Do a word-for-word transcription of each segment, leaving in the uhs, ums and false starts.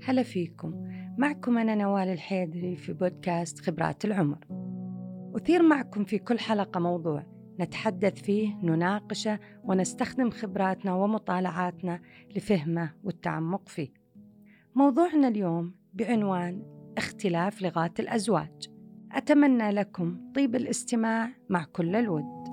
هلا فيكم. معكم أنا نوال الحيدري في بودكاست خبرات العمر. أثير معكم في كل حلقة موضوع نتحدث فيه، نناقشه ونستخدم خبراتنا ومطالعاتنا لفهمه والتعمق فيه. موضوعنا اليوم بعنوان اختلاف لغات الأزواج. أتمنى لكم طيب الاستماع مع كل الود.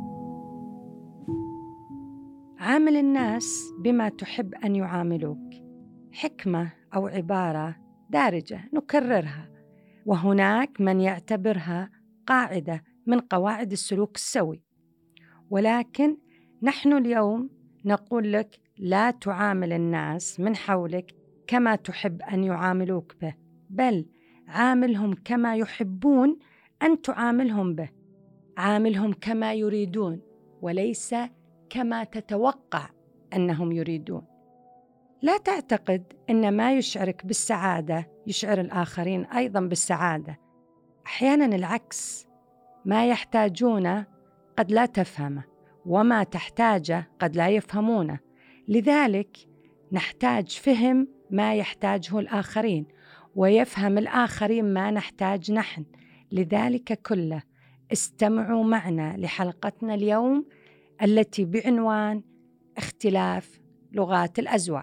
عامل الناس بما تحب أن يعاملوك، حكمة أو عبارة دارجة نكررها، وهناك من يعتبرها قاعدة من قواعد السلوك السوي. ولكن نحن اليوم نقول لك لا تعامل الناس من حولك كما تحب أن يعاملوك به، بل عاملهم كما يحبون أن تعاملهم به. عاملهم كما يريدون وليس كما تتوقع أنهم يريدون. لا تعتقد أن ما يشعرك بالسعادة يشعر الآخرين أيضاً بالسعادة. أحياناً العكس، ما يحتاجونه قد لا تفهمه، وما تحتاجه قد لا يفهمونه. لذلك نحتاج فهم ما يحتاجه الآخرين، ويفهم الآخرين ما نحتاج نحن. لذلك كله استمعوا معنا لحلقتنا اليوم التي بعنوان اختلاف لغات الأزواج.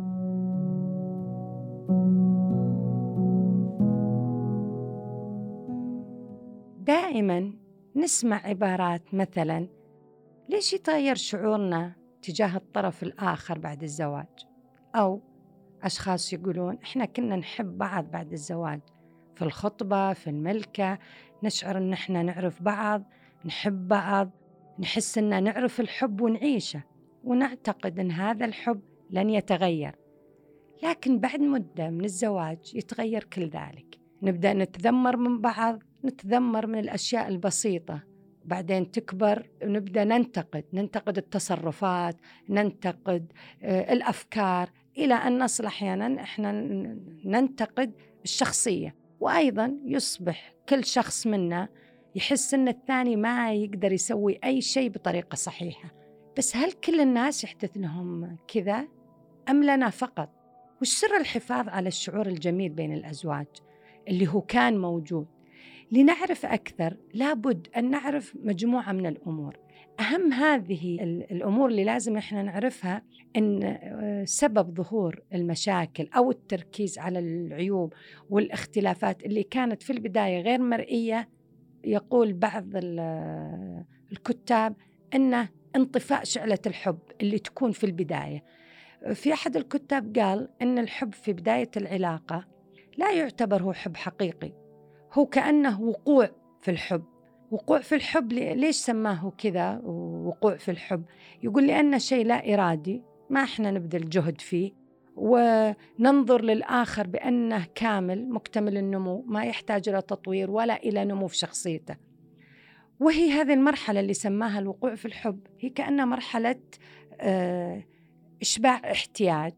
دائما نسمع عبارات مثلا ليش يتغير شعورنا تجاه الطرف الآخر بعد الزواج، أو أشخاص يقولون إحنا كنا نحب بعض بعد الزواج، في الخطبة في الملكة نشعر إن إحنا نعرف بعض، نحب بعض، نحس إن نعرف الحب ونعيشه، ونعتقد إن هذا الحب لن يتغير. لكن بعد مدة من الزواج يتغير كل ذلك، نبدأ نتذمر من بعض، نتذمر من الأشياء البسيطة، بعدين تكبر ونبدأ ننتقد ننتقد التصرفات، ننتقد الأفكار، إلى أن نصل أحيانا إحنا ننتقد الشخصية. وأيضا يصبح كل شخص منا يحس أن الثاني ما يقدر يسوي أي شيء بطريقة صحيحة. بس هل كل الناس يحدث لهم كذا أم لنا فقط؟ وش سر الحفاظ على الشعور الجميل بين الأزواج اللي هو كان موجود؟ لنعرف أكثر لابد أن نعرف مجموعة من الأمور. أهم هذه الأمور اللي لازم إحنا نعرفها أن سبب ظهور المشاكل أو التركيز على العيوب والاختلافات اللي كانت في البداية غير مرئية، يقول بعض الكتاب أنه انطفاء شعلة الحب اللي تكون في البداية. في أحد الكتاب قال أن الحب في بداية العلاقة لا يعتبر هو حب حقيقي، هو كأنه وقوع في الحب. وقوع في الحب ليش سماه كذا وقوع في الحب؟ يقول لأن شيء لا إرادي، ما إحنا نبذل جهد فيه، وننظر للآخر بأنه كامل مكتمل النمو، ما يحتاج إلى تطوير ولا إلى نمو في شخصيته. وهي هذه المرحلة اللي سماها الوقوع في الحب، هي كأنها مرحلة آه إشباع احتياج،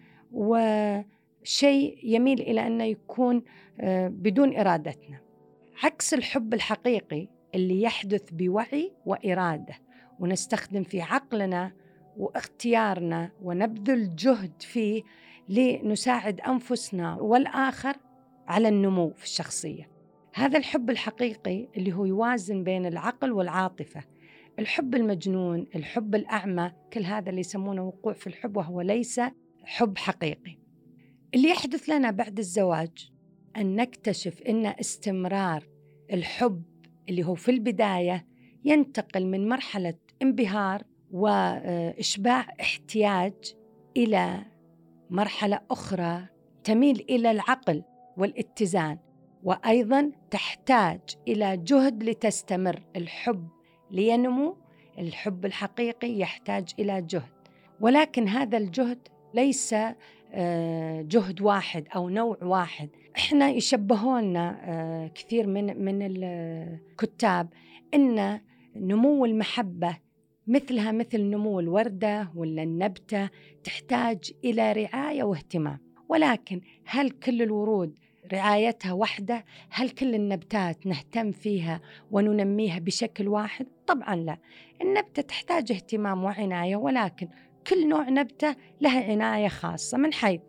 وشيء يميل إلى أنه يكون بدون إرادتنا، عكس الحب الحقيقي اللي يحدث بوعي وإرادة، ونستخدم في عقلنا واختيارنا ونبذل جهد فيه لنساعد أنفسنا والآخر على النمو في الشخصية. هذا الحب الحقيقي اللي هو يوازن بين العقل والعاطفة. الحب المجنون، الحب الأعمى، كل هذا اللي يسمونه وقوع في الحب، وهو ليس حب حقيقي. اللي يحدث لنا بعد الزواج أن نكتشف أن استمرار الحب اللي هو في البداية ينتقل من مرحلة انبهار وإشباع احتياج إلى مرحلة أخرى تميل إلى العقل والاتزان، وأيضا تحتاج إلى جهد لتستمر. الحب لينمو، الحب الحقيقي يحتاج إلى جهد، ولكن هذا الجهد ليس جهد واحد أو نوع واحد. إحنا يشبهوننا كثير من من الكتاب إن نمو المحبة مثلها مثل نمو الوردة ولا النبتة، تحتاج إلى رعاية واهتمام. ولكن هل كل الورود رعايتها واحدة؟ هل كل النبتات نهتم فيها وننميها بشكل واحد؟ طبعا لا، النبتة تحتاج اهتمام وعناية، ولكن كل نوع نبتة لها عناية خاصة، من حيث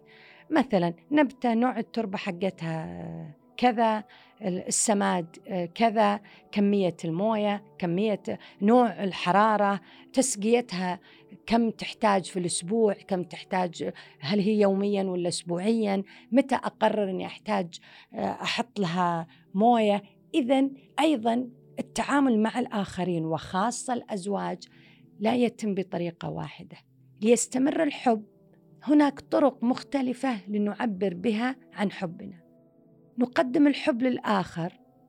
مثلا نبتة نوع التربة حقتها كذا، السماد كذا، كمية الموية، كمية نوع الحرارة، تسقيتها كم تحتاج في الأسبوع، كم تحتاج، هل هي يوميا ولا أسبوعيا، متى أقرر أني أحتاج أحط لها موية. إذن أيضا التعامل مع الآخرين وخاصة الأزواج لا يتم بطريقة واحدة. ليستمر الحب هناك طرق مختلفة لنعبر بها عن حبنا. نقدم الحب للآخر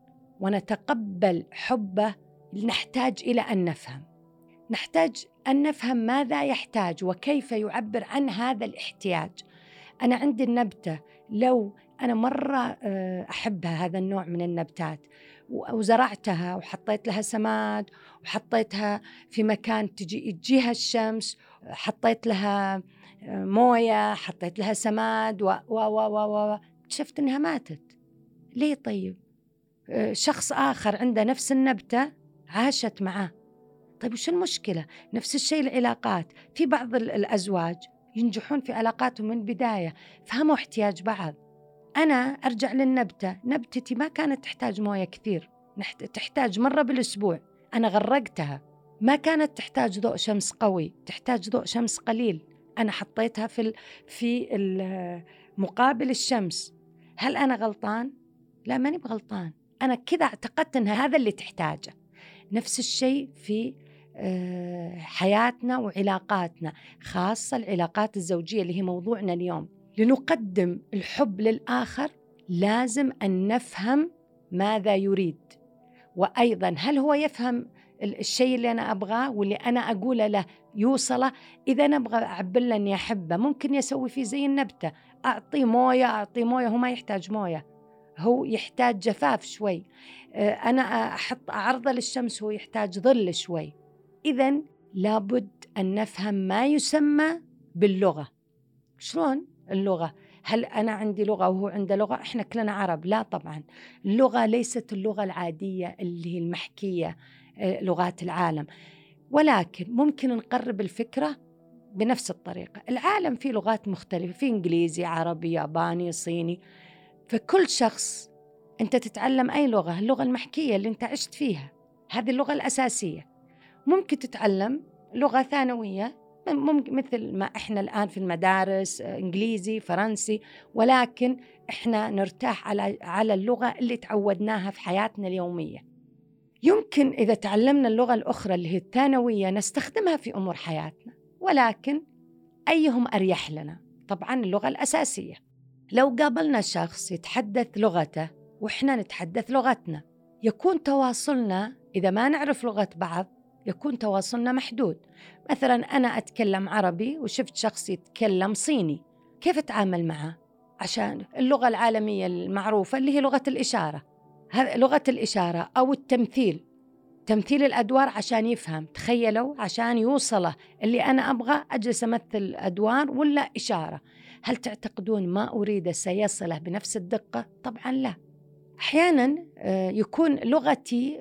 ونتقبل حبه. نحتاج إلى أن نفهم نحتاج أن نفهم ماذا يحتاج وكيف يعبر عن هذا الاحتياج. أنا عندي النبتة، لو أنا مرة أحبها هذا النوع من النبتات وزرعتها وحطيت لها سماد وحطيتها في مكان تجي تجيها الشمس، حطيت لها موية، حطيت لها سماد و و و و اكتشفت إنها ماتت. ليه؟ طيب شخص آخر عنده نفس النبتة عاشت معاه. طيب وش المشكلة؟ نفس الشيء العلاقات. في بعض الأزواج ينجحون في علاقاتهم من البداية، فهموا احتياج بعض. أنا أرجع للنبتة، نبتتي ما كانت تحتاج موية كثير، تحتاج مرة بالأسبوع، أنا غرقتها. ما كانت تحتاج ضوء شمس قوي، تحتاج ضوء شمس قليل، أنا حطيتها في في مقابل الشمس. هل أنا غلطان؟ لا، ماني بغلطان، أنا كذا اعتقدت أن هذا اللي تحتاجه. نفس الشيء في حياتنا وعلاقاتنا، خاصة العلاقات الزوجية اللي هي موضوعنا اليوم. لنقدم الحب للآخر لازم أن نفهم ماذا يريد، وأيضا هل هو يفهم الشيء اللي أنا أبغاه واللي أنا أقوله له يوصله. إذا أنا أبغى أعبر له أني أحبه، ممكن يسوي فيه زي النبتة، أعطي موية أعطي موية هو ما يحتاج موية، هو يحتاج جفاف شوي. أنا أحط أعرضه للشمس، هو يحتاج ظل شوي. إذن لابد أن نفهم ما يسمى باللغة. شلون اللغة؟ هل أنا عندي لغة وهو عنده لغة؟ إحنا كلنا عرب؟ لا طبعا. اللغة ليست اللغة العادية اللي هي المحكية لغات العالم، ولكن ممكن نقرب الفكرة بنفس الطريقة. العالم فيه لغات مختلفة، فيه إنجليزي، عربي، ياباني، صيني. فكل شخص أنت تتعلم أي لغة، اللغة المحكية اللي أنت عشت فيها، هذه اللغة الأساسية. ممكن تتعلم لغة ثانوية، ممكن مثل ما إحنا الآن في المدارس إنجليزي، فرنسي، ولكن إحنا نرتاح على على اللغة اللي تعودناها في حياتنا اليومية. يمكن إذا تعلمنا اللغة الأخرى اللي هي الثانوية نستخدمها في أمور حياتنا، ولكن أيهم أريح لنا؟ طبعاً اللغة الأساسية. لو قابلنا شخص يتحدث لغته وإحنا نتحدث لغتنا، يكون تواصلنا، إذا ما نعرف لغة بعض يكون تواصلنا محدود. مثلاً أنا أتكلم عربي وشفت شخص يتكلم صيني، كيف أتعامل معه؟ عشان اللغة العالمية المعروفة اللي هي لغة الإشارة، هذه لغة الإشارة أو التمثيل، تمثيل الأدوار عشان يفهم. تخيلوا عشان يوصله اللي أنا أبغى أجلس أمثل أدوار ولا إشارة. هل تعتقدون ما أريده سيصله بنفس الدقة؟ طبعاً لا. أحياناً يكون لغتي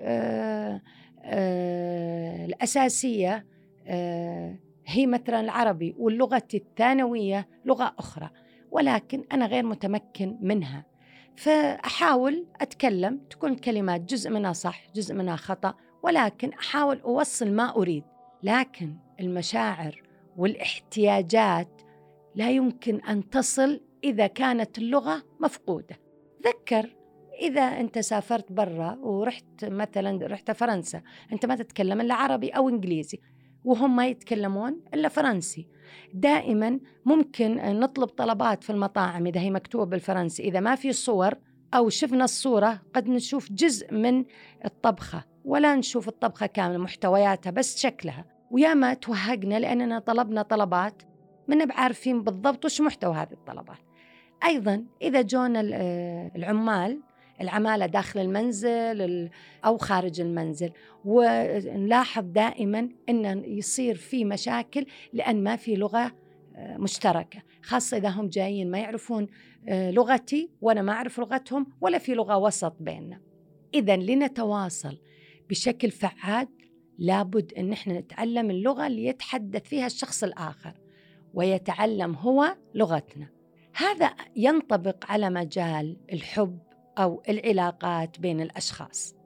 الأساسية هي مثلاً العربي، واللغة الثانوية لغة أخرى، ولكن أنا غير متمكن منها، فأحاول أتكلم، تكون كلمات جزء منها صح جزء منها خطأ، ولكن أحاول أوصل ما أريد. لكن المشاعر والاحتياجات لا يمكن أن تصل إذا كانت اللغة مفقودة. ذكر إذا أنت سافرت برا ورحت مثلا رحت فرنسا، أنت ما تتكلم إلا عربي أو إنجليزي وهم ما يتكلمون إلا فرنسي. دائما ممكن نطلب طلبات في المطاعم إذا هي مكتوبة بالفرنسي، إذا ما في صور أو شفنا الصورة قد نشوف جزء من الطبخة ولا نشوف الطبخة كاملة محتوياتها بس شكلها، وياما توهقنا لأننا طلبنا طلبات من بعارفين بالضبط وش محتوى هذه الطلبات. أيضا إذا جونا العمال العمالة داخل المنزل أو خارج المنزل، ونلاحظ دائما أن يصير في مشاكل لأن ما في لغة مشتركة، خاصة إذا هم جايين ما يعرفون لغتي وأنا ما أعرف لغتهم ولا في لغة وسط بيننا. إذن لنتواصل بشكل فعال لابد أن احنا نتعلم اللغة اللي يتحدث فيها الشخص الآخر ويتعلم هو لغتنا. هذا ينطبق على مجال الحب أو العلاقات بين الأشخاص.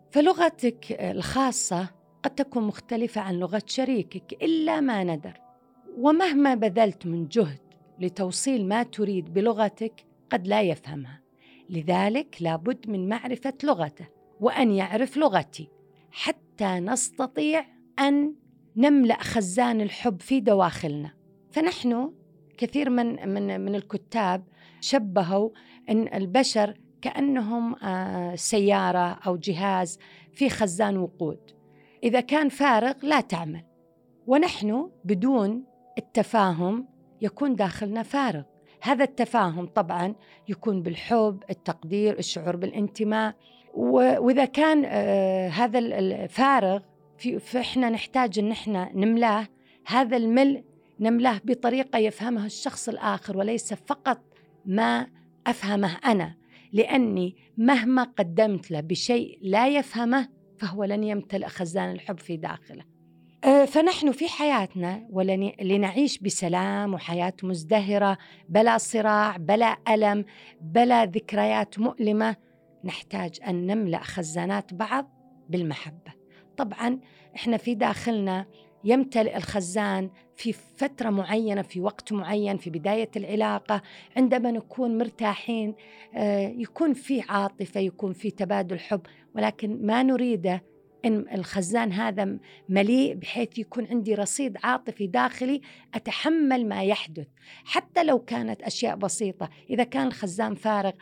فلغتك الخاصة قد تكون مختلفة عن لغة شريكك إلا ما ندر، ومهما بذلت من جهد لتوصيل ما تريد بلغتك قد لا يفهمها. لذلك لابد من معرفة لغته وأن يعرف لغتي حتى نستطيع أن نملأ خزان الحب في دواخلنا. فنحن كثير من من من الكتاب شبهوا أن البشر كأنهم سيارة أو جهاز في خزان وقود، إذا كان فارغ لا تعمل، ونحن بدون التفاهم يكون داخلنا فارغ. هذا التفاهم طبعاً يكون بالحب، التقدير، الشعور بالانتماء، وإذا كان هذا الفارغ فإحنا نحتاج أن إحنا نملاه. هذا الملء نملاه بطريقة يفهمها الشخص الآخر وليس فقط ما أفهمه أنا، لأني مهما قدمت له بشيء لا يفهمه فهو لن يمتلئ خزان الحب في داخله. فنحن في حياتنا ولنعيش بسلام وحياة مزدهرة بلا صراع بلا ألم بلا ذكريات مؤلمة، نحتاج أن نملأ خزانات بعض بالمحبة. طبعاً إحنا في داخلنا يمتلئ الخزان في فترة معينة، في وقت معين، في بداية العلاقة، عندما نكون مرتاحين يكون في عاطفة، يكون في تبادل حب، ولكن ما نريده إن الخزان هذا مليء بحيث يكون عندي رصيد عاطفي داخلي أتحمل ما يحدث، حتى لو كانت أشياء بسيطة. إذا كان الخزان فارغ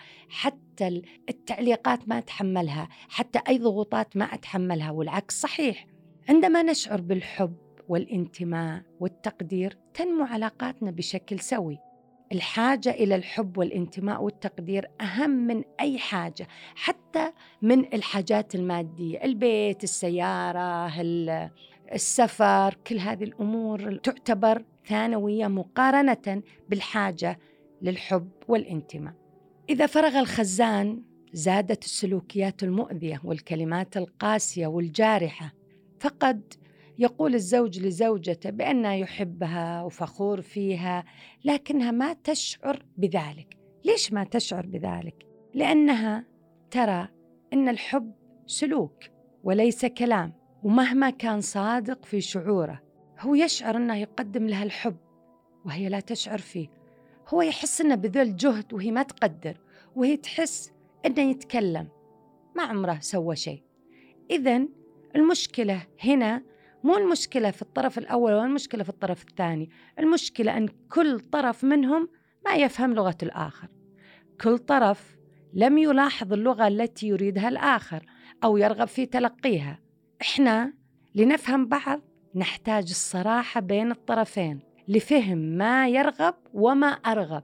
حتى التعليقات ما أتحملها، حتى أي ضغوطات ما أتحملها، والعكس صحيح. عندما نشعر بالحب والانتماء والتقدير تنمو علاقاتنا بشكل سوي. الحاجة إلى الحب والانتماء والتقدير أهم من أي حاجة، حتى من الحاجات المادية، البيت، السيارة، السفر، كل هذه الأمور تعتبر ثانوية مقارنة بالحاجة للحب والانتماء. إذا فرغ الخزان زادت السلوكيات المؤذية والكلمات القاسية والجارحة، فقد يقول الزوج لزوجته بأنه يحبها وفخور فيها، لكنها ما تشعر بذلك. ليش ما تشعر بذلك؟ لأنها ترى أن الحب سلوك وليس كلام، ومهما كان صادق في شعوره هو يشعر أنه يقدم لها الحب وهي لا تشعر فيه. هو يحس أنه بذل جهد وهي ما تقدر، وهي تحس أنه يتكلم ما عمره سوى شيء. إذن المشكلة هنا مو المشكلة في الطرف الأول ولا المشكلة في الطرف الثاني، المشكلة أن كل طرف منهم ما يفهم لغة الآخر، كل طرف لم يلاحظ اللغة التي يريدها الآخر أو يرغب في تلقيها. إحنا لنفهم بعض نحتاج الصراحة بين الطرفين لفهم ما يرغب وما أرغب.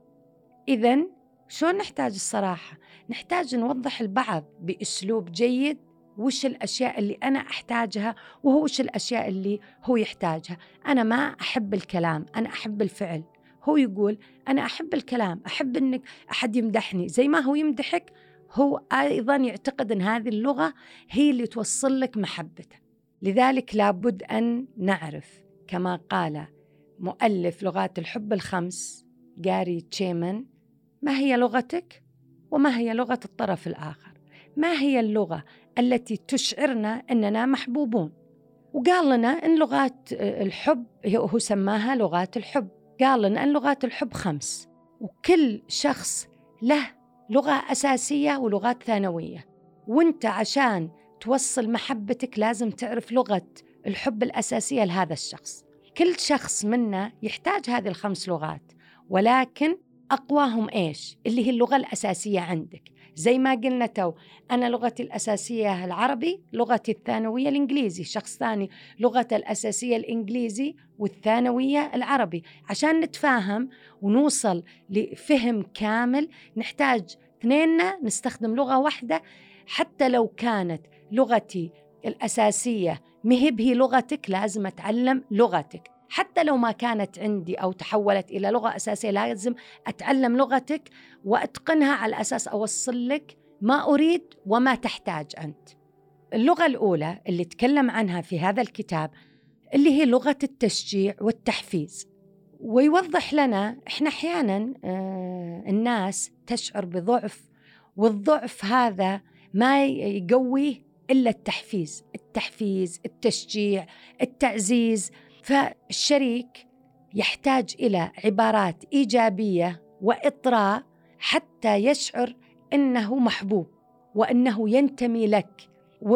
إذن شلون نحتاج الصراحة؟ نحتاج نوضح البعض بأسلوب جيد وش الأشياء اللي أنا أحتاجها وهو وش الأشياء اللي هو يحتاجها. أنا ما أحب الكلام، أنا أحب الفعل. هو يقول أنا أحب الكلام، أحب أنك أحد يمدحني زي ما هو يمدحك، هو أيضا يعتقد أن هذه اللغة هي اللي توصل لك محبته. لذلك لابد أن نعرف كما قال مؤلف لغات الحب الخمس جاري تشيمان، ما هي لغتك وما هي لغة الطرف الآخر، ما هي اللغة التي تشعرنا أننا محبوبون. وقال لنا أن لغات الحب هو سماها لغات الحب، قال لنا أن لغات الحب خمس، وكل شخص له لغة أساسية ولغات ثانوية، وانت عشان توصل محبتك لازم تعرف لغة الحب الأساسية لهذا الشخص. كل شخص منا يحتاج هذه الخمس لغات، ولكن أقواهم إيش؟ اللي هي اللغة الأساسية عندك. زي ما قلنا تو، أنا لغتي الأساسية العربي، لغتي الثانوية الإنجليزي، شخص ثاني لغته الأساسية الإنجليزي والثانوية العربي. عشان نتفاهم ونوصل لفهم كامل نحتاج اثنيننا نستخدم لغة واحدة، حتى لو كانت لغتي الأساسية مهب هي لغتك لازم أتعلم لغتك، حتى لو ما كانت عندي أو تحولت إلى لغة أساسية لازم أتعلم لغتك وأتقنها على أساس أوصل لك ما أريد وما تحتاج أنت. اللغة الأولى اللي تكلم عنها في هذا الكتاب اللي هي لغة التشجيع والتحفيز، ويوضح لنا إحنا أحياناً الناس تشعر بضعف، والضعف هذا ما يقويه إلا التحفيز التحفيز التشجيع، التعزيز. فالشريك يحتاج إلى عبارات إيجابية وإطراء حتى يشعر أنه محبوب وأنه ينتمي لك.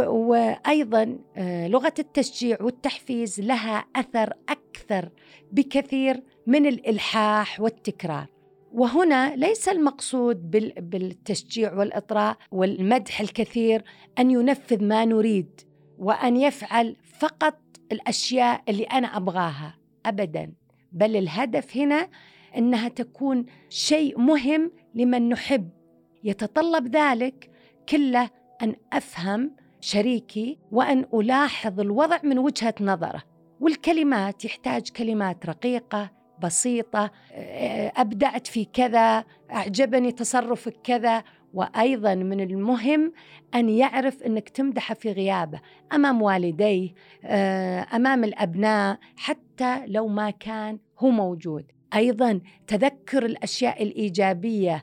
وأيضا لغة التشجيع والتحفيز لها أثر أكثر بكثير من الإلحاح والتكرار. وهنا ليس المقصود بالتشجيع والإطراء والمدح الكثير أن ينفذ ما نريد وأن يفعل فقط الأشياء اللي أنا أبغاها أبداً، بل الهدف هنا أنها تكون شيء مهم لمن نحب. يتطلب ذلك كله أن أفهم شريكي وأن ألاحظ الوضع من وجهة نظره. والكلمات يحتاج كلمات رقيقة بسيطة، أبدعت في كذا، أعجبني تصرفك كذا. وأيضا من المهم أن يعرف أنك تمدحه في غيابه أمام والديه، أمام الأبناء، حتى لو ما كان هو موجود. أيضا تذكر الأشياء الإيجابية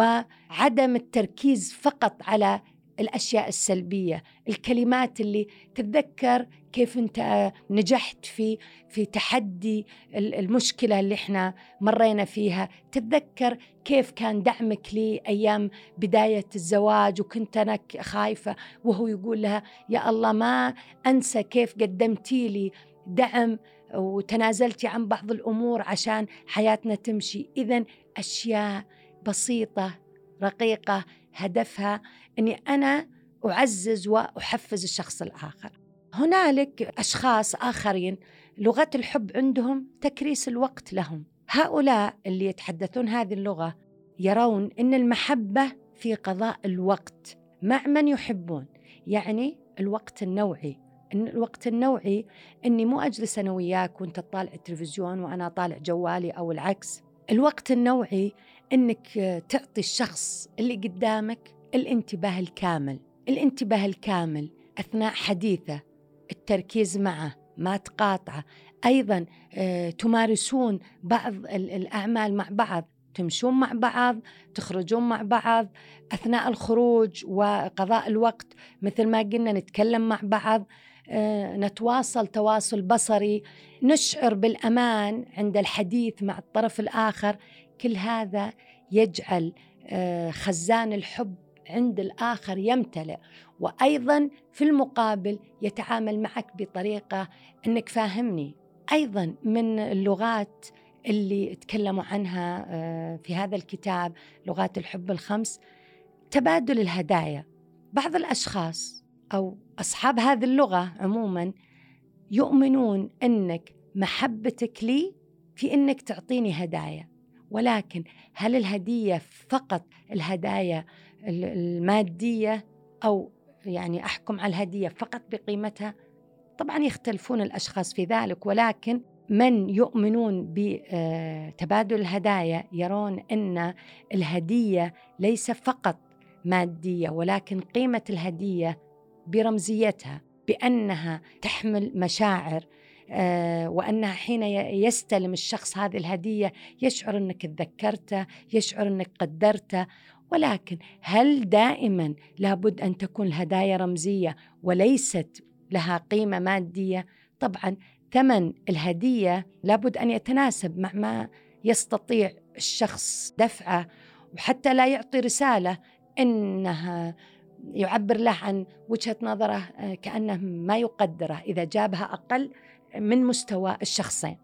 وعدم التركيز فقط على الأشياء السلبية. الكلمات اللي تتذكر كيف أنت نجحت في في تحدي المشكلة اللي احنا مرينا فيها، تتذكر كيف كان دعمك لي أيام بداية الزواج وكنت أنا خايفة، وهو يقول لها يا الله ما أنسى كيف قدمتي لي دعم وتنازلتي عن بعض الأمور عشان حياتنا تمشي. إذن أشياء بسيطة رقيقة هدفها أني أنا أعزز وأحفز الشخص الآخر. هنالك أشخاص آخرين لغة الحب عندهم تكريس الوقت لهم. هؤلاء اللي يتحدثون هذه اللغة يرون أن المحبة في قضاء الوقت مع من يحبون، يعني الوقت النوعي. إن الوقت النوعي أني مو أجلس أنا وياك وأنت تطالع التلفزيون وأنا طالع جوالي أو العكس. الوقت النوعي أنك تعطي الشخص اللي قدامك الانتباه الكامل الانتباه الكامل أثناء حديثه، التركيز معه، ما تقاطعه. أيضا تمارسون بعض الأعمال مع بعض، تمشون مع بعض، تخرجون مع بعض. أثناء الخروج وقضاء الوقت مثل ما قلنا نتكلم مع بعض، نتواصل تواصل بصري، نشعر بالأمان عند الحديث مع الطرف الآخر. كل هذا يجعل خزان الحب عند الآخر يمتلئ، وأيضا في المقابل يتعامل معك بطريقة أنك فاهمني. أيضا من اللغات اللي تكلموا عنها في هذا الكتاب لغات الحب الخمس تبادل الهدايا. بعض الأشخاص أو أصحاب هذه اللغة عموما يؤمنون أنك محبتك لي في أنك تعطيني هدايا، ولكن هل الهدية فقط الهدايا المادية أو يعني أحكم على الهدية فقط بقيمتها؟ طبعا يختلفون الأشخاص في ذلك، ولكن من يؤمنون بتبادل الهدايا يرون أن الهدية ليس فقط مادية، ولكن قيمة الهدية برمزيتها، بأنها تحمل مشاعر، وأنها حين يستلم الشخص هذه الهدية يشعر أنك تذكرته، يشعر أنك قدرته. ولكن هل دائما لابد أن تكون الهدايا رمزية وليست لها قيمة مادية؟ طبعا ثمن الهدية لابد أن يتناسب مع ما يستطيع الشخص دفعه، وحتى لا يعطي رسالة أنها يعبر له عن وجهة نظره كأنه ما يقدره إذا جابها أقل من مستوى الشخصين.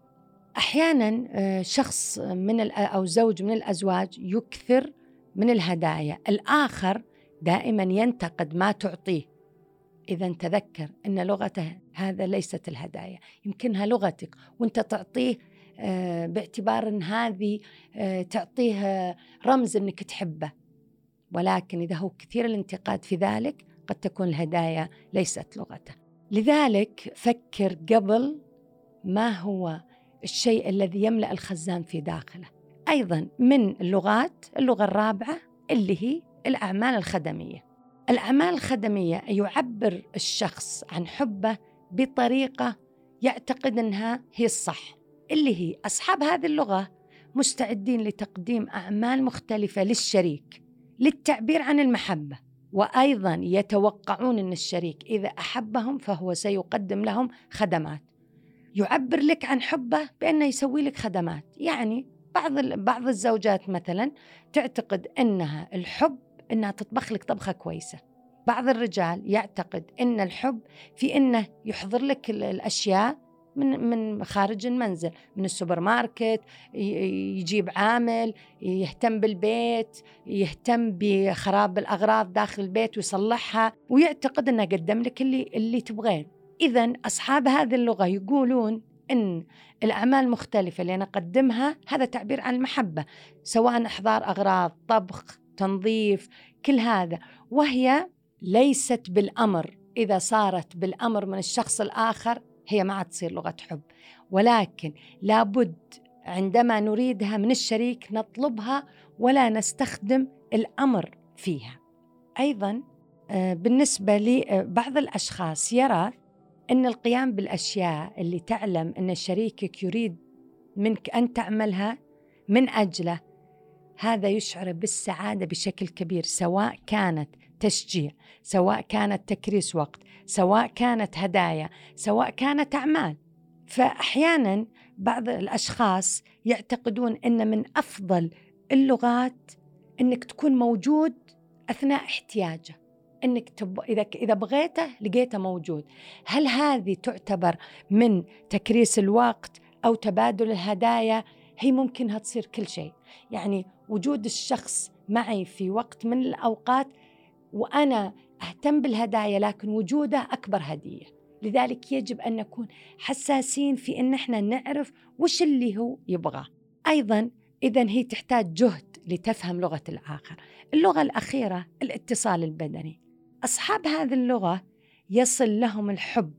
أحيانا شخص من أو زوج من الأزواج يكثر من الهدايا، الآخر دائما ينتقد ما تعطيه. إذا تذكر أن لغته هذا ليست الهدايا، يمكنها لغتك وأنت تعطيه باعتبار أن هذه تعطيه رمز أنك تحبه، ولكن إذا هو كثير الانتقاد في ذلك قد تكون الهدايا ليست لغته. لذلك فكر قبل ما هو الشيء الذي يملأ الخزان في داخله. أيضا من اللغات اللغة الرابعة اللي هي الأعمال الخدمية. الأعمال الخدمية يعبر الشخص عن حبه بطريقة يعتقد أنها هي الصح، اللي هي أصحاب هذه اللغة مستعدين لتقديم أعمال مختلفة للشريك للتعبير عن المحبة، وأيضا يتوقعون أن الشريك إذا أحبهم فهو سيقدم لهم خدمات، يعبر لك عن حبه بأنه يسوي لك خدمات. يعني بعض بعض الزوجات مثلا تعتقد أنها الحب أنها تطبخ لك طبخة كويسة، بعض الرجال يعتقد أن الحب في أنه يحضر لك الأشياء من من خارج المنزل، من السوبر ماركت، يجيب عامل يهتم بالبيت، يهتم بخراب الأغراض داخل البيت ويصلحها، ويعتقد أنه قدم لك اللي اللي تبغين. إذن أصحاب هذه اللغة يقولون إن الأعمال المختلفة اللي أنا أقدمها هذا تعبير عن المحبة، سواء إحضار أغراض، طبخ، تنظيف، كل هذا، وهي ليست بالأمر. إذا صارت بالأمر من الشخص الآخر هي ما عاد تصير لغة حب، ولكن لابد عندما نريدها من الشريك نطلبها ولا نستخدم الأمر فيها. أيضا بالنسبة لبعض الأشخاص يرى أن القيام بالأشياء اللي تعلم أن شريكك يريد منك أن تعملها من أجله هذا يشعر بالسعادة بشكل كبير، سواء كانت تشجيع، سواء كانت تكريس وقت، سواء كانت هدايا، سواء كانت أعمال. فأحيانا بعض الأشخاص يعتقدون أن من أفضل اللغات أنك تكون موجود أثناء احتياجه، أنك تب... إذا إذا بغيته لقيته موجود. هل هذه تعتبر من تكريس الوقت أو تبادل الهدايا؟ هي ممكنها تصير كل شيء، يعني وجود الشخص معي في وقت من الأوقات وأنا أهتم بالهدايا، لكن وجوده أكبر هدية. لذلك يجب أن نكون حساسين في أن احنا نعرف وش اللي هو يبغاه. أيضا إذن هي تحتاج جهد لتفهم لغة الآخر. اللغة الأخيرة الاتصال البدني. أصحاب هذه اللغة يصل لهم الحب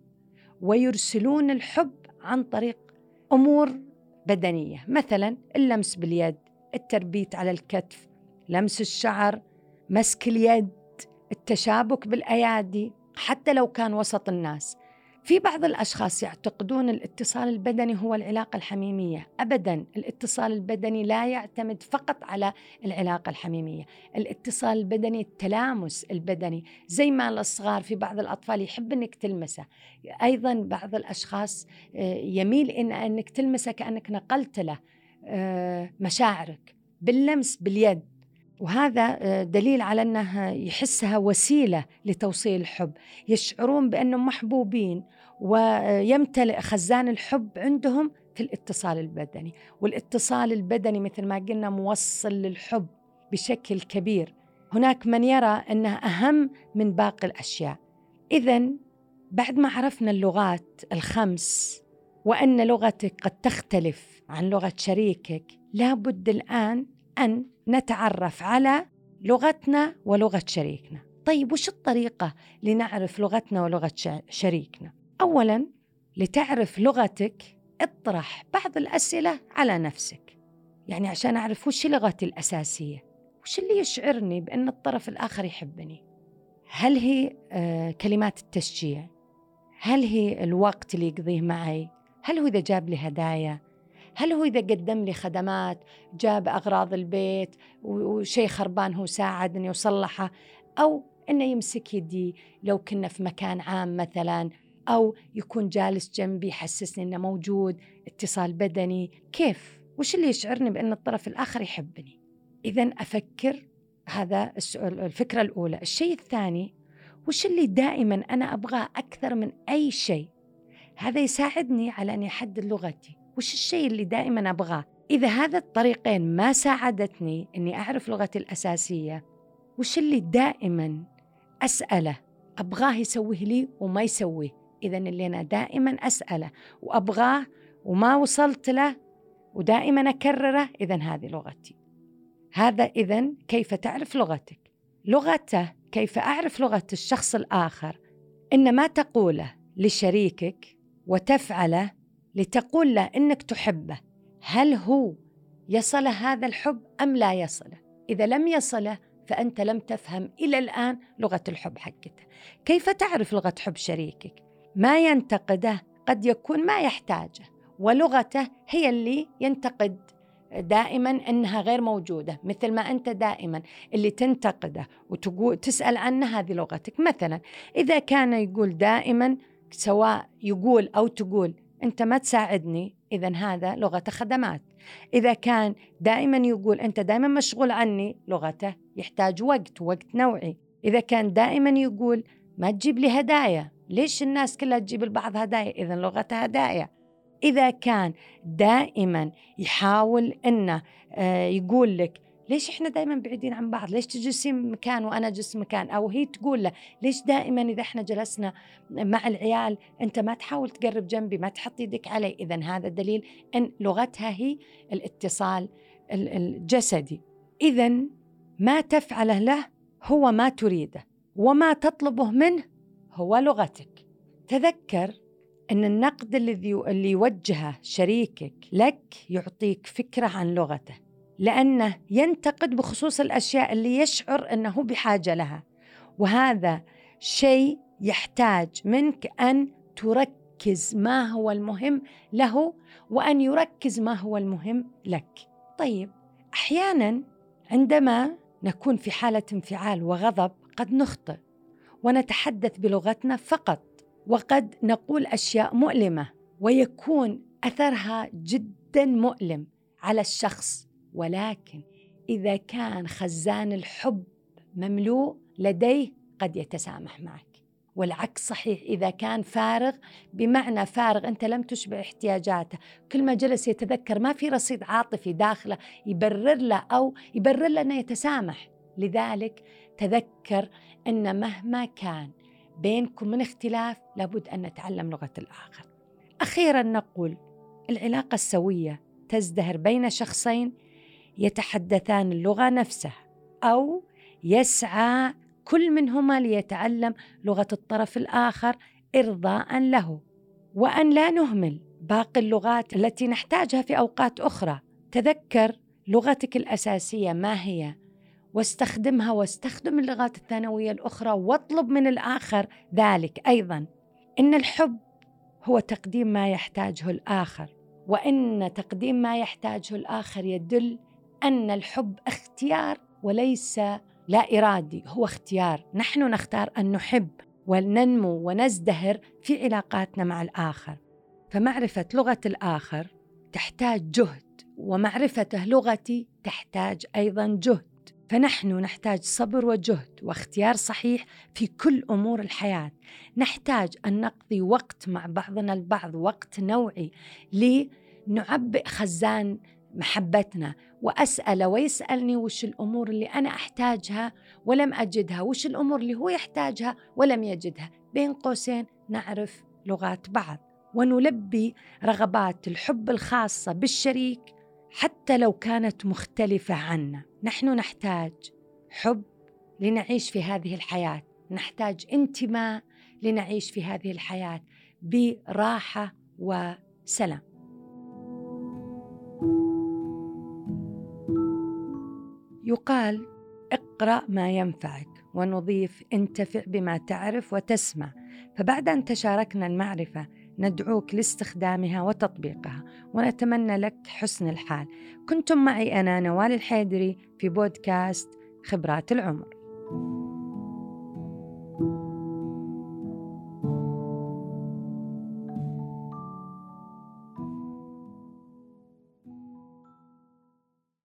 ويرسلون الحب عن طريق أمور بدنية، مثلا اللمس باليد، التربيت على الكتف، لمس الشعر، مسك اليد، التشابك بالأيادي، حتى لو كان وسط الناس. في بعض الأشخاص يعتقدون الاتصال البدني هو العلاقة الحميمية. أبداً، الاتصال البدني لا يعتمد فقط على العلاقة الحميمية. الاتصال البدني التلامس البدني، زي ما الصغار في بعض الأطفال يحب أنك تلمسه، أيضاً بعض الأشخاص يميل إن أنك تلمسه كأنك نقلت له مشاعرك باللمس باليد، وهذا دليل على أنه يحسها وسيلة لتوصيل الحب، يشعرون بأنهم محبوبين ويمتلئ خزان الحب عندهم في الاتصال البدني. والاتصال البدني مثل ما قلنا موصل للحب بشكل كبير. هناك من يرى أنه أهم من باقي الأشياء. إذن بعد ما عرفنا اللغات الخمس وأن لغتك قد تختلف عن لغة شريكك، لابد الآن أن نتعرف على لغتنا ولغة شريكنا. طيب وش الطريقة لنعرف لغتنا ولغة شريكنا؟ أولاً، لتعرف لغتك اطرح بعض الأسئلة على نفسك، يعني عشان أعرف وش لغتي الأساسية، وش اللي يشعرني بأن الطرف الآخر يحبني. هل هي آه كلمات التشجيع؟ هل هي الوقت اللي يقضيه معي؟ هل هو إذا جاب لي هدايا؟ هل هو إذا قدم لي خدمات، جاب أغراض البيت وشيء خربان هو ساعدني وصلحه، أو إنه يمسك يدي لو كنا في مكان عام مثلا، أو يكون جالس جنبي يحسسني إنه موجود، اتصال بدني. كيف؟ وش اللي يشعرني بأن الطرف الآخر يحبني؟ إذن أفكر، هذا السؤال الفكرة الأولى. الشيء الثاني، وش اللي دائما أنا أبغاه أكثر من أي شيء؟ هذا يساعدني على أن أحدد لغتي. وش الشيء اللي دائما أبغاه؟ إذا هذا الطريقين ما ساعدتني أني أعرف لغتي الأساسية، وش اللي دائما أسأله أبغاه يسويه لي وما يسويه؟ إذن اللي أنا دائما أسأله وأبغاه وما وصلت له ودائما أكرره، إذن هذه لغتي. هذا إذن كيف تعرف لغتك. لغته، كيف أعرف لغة الشخص الآخر؟ إن ما تقوله لشريكك وتفعله لتقول له إنك تحبه، هل هو يصله هذا الحب أم لا يصله؟ إذا لم يصله فأنت لم تفهم إلى الآن لغة الحب حقته. كيف تعرف لغة حب شريكك؟ ما ينتقده قد يكون ما يحتاجه، ولغته هي اللي ينتقد دائما أنها غير موجودة، مثل ما أنت دائما اللي تنتقده وتقول تسأل عنه، هذه لغتك. مثلا إذا كان يقول دائما، سواء يقول أو تقول أنت ما تساعدني، إذن هذا لغة خدمات. إذا كان دائما يقول أنت دائما مشغول عني، لغته يحتاج وقت، وقت نوعي. إذا كان دائما يقول ما تجيب لي هدايا، ليش الناس كلها تجيب البعض هدايا، إذن لغته هدايا. إذا كان دائما يحاول أنه يقول لك ليش إحنا دائما بعيدين عن بعض، ليش تجلسين مكان وأنا أجلس مكان، أو هي تقول له ليش دائما إذا إحنا جلسنا مع العيال أنت ما تحاول تقرب جنبي، ما تحط يدك علي، إذن هذا دليل أن لغتها هي الاتصال الجسدي. إذن ما تفعله له هو ما تريده، وما تطلبه منه هو لغتك. تذكر أن النقد الذي اللي يوجهه شريكك لك يعطيك فكرة عن لغته، لأنه ينتقد بخصوص الأشياء اللي يشعر أنه بحاجة لها، وهذا شيء يحتاج منك أن تركز ما هو المهم له، وأن يركز ما هو المهم لك. طيب، أحيانا عندما نكون في حالة انفعال وغضب قد نخطئ ونتحدث بلغتنا فقط، وقد نقول أشياء مؤلمة ويكون أثرها جدا مؤلم على الشخص. ولكن إذا كان خزان الحب مملوء لديه قد يتسامح معك، والعكس صحيح. إذا كان فارغ، بمعنى فارغ أنت لم تشبع احتياجاته، كل ما جلس يتذكر ما في رصيد عاطفي داخله يبرر له أو يبرر له أنه يتسامح. لذلك تذكر أن مهما كان بينكم من اختلاف لابد أن نتعلم لغة الآخر. أخيرا نقول العلاقة السوية تزدهر بين شخصين يتحدثان اللغة نفسها، أو يسعى كل منهما ليتعلم لغة الطرف الآخر إرضاء له، وأن لا نهمل باقي اللغات التي نحتاجها في أوقات أخرى. تذكر لغتك الأساسية ما هي، واستخدمها، واستخدم اللغات الثانوية الأخرى، واطلب من الآخر ذلك أيضا. إن الحب هو تقديم ما يحتاجه الآخر، وإن تقديم ما يحتاجه الآخر يدل أن الحب اختيار وليس لا إرادي، هو اختيار. نحن نختار أن نحب وننمو ونزدهر في علاقاتنا مع الآخر. فمعرفة لغة الآخر تحتاج جهد، ومعرفته لغتي تحتاج أيضا جهد. فنحن نحتاج صبر وجهد واختيار صحيح في كل أمور الحياة. نحتاج أن نقضي وقت مع بعضنا البعض، وقت نوعي، لنعبئ خزان محبتنا، وأسأل ويسألني وش الأمور اللي أنا أحتاجها ولم أجدها، وش الأمور اللي هو يحتاجها ولم يجدها. بين قوسين نعرف لغات بعض، ونلبي رغبات الحب الخاصة بالشريك حتى لو كانت مختلفة عنا. نحن نحتاج حب لنعيش في هذه الحياة، نحتاج انتماء لنعيش في هذه الحياة براحة وسلام. يقال اقرأ ما ينفعك، ونضيف انتفع بما تعرف وتسمع. فبعد أن تشاركنا المعرفة ندعوك لاستخدامها وتطبيقها، ونتمنى لك حسن الحال. كنتم معي أنا نوال الحيدري في بودكاست خبرات العمر.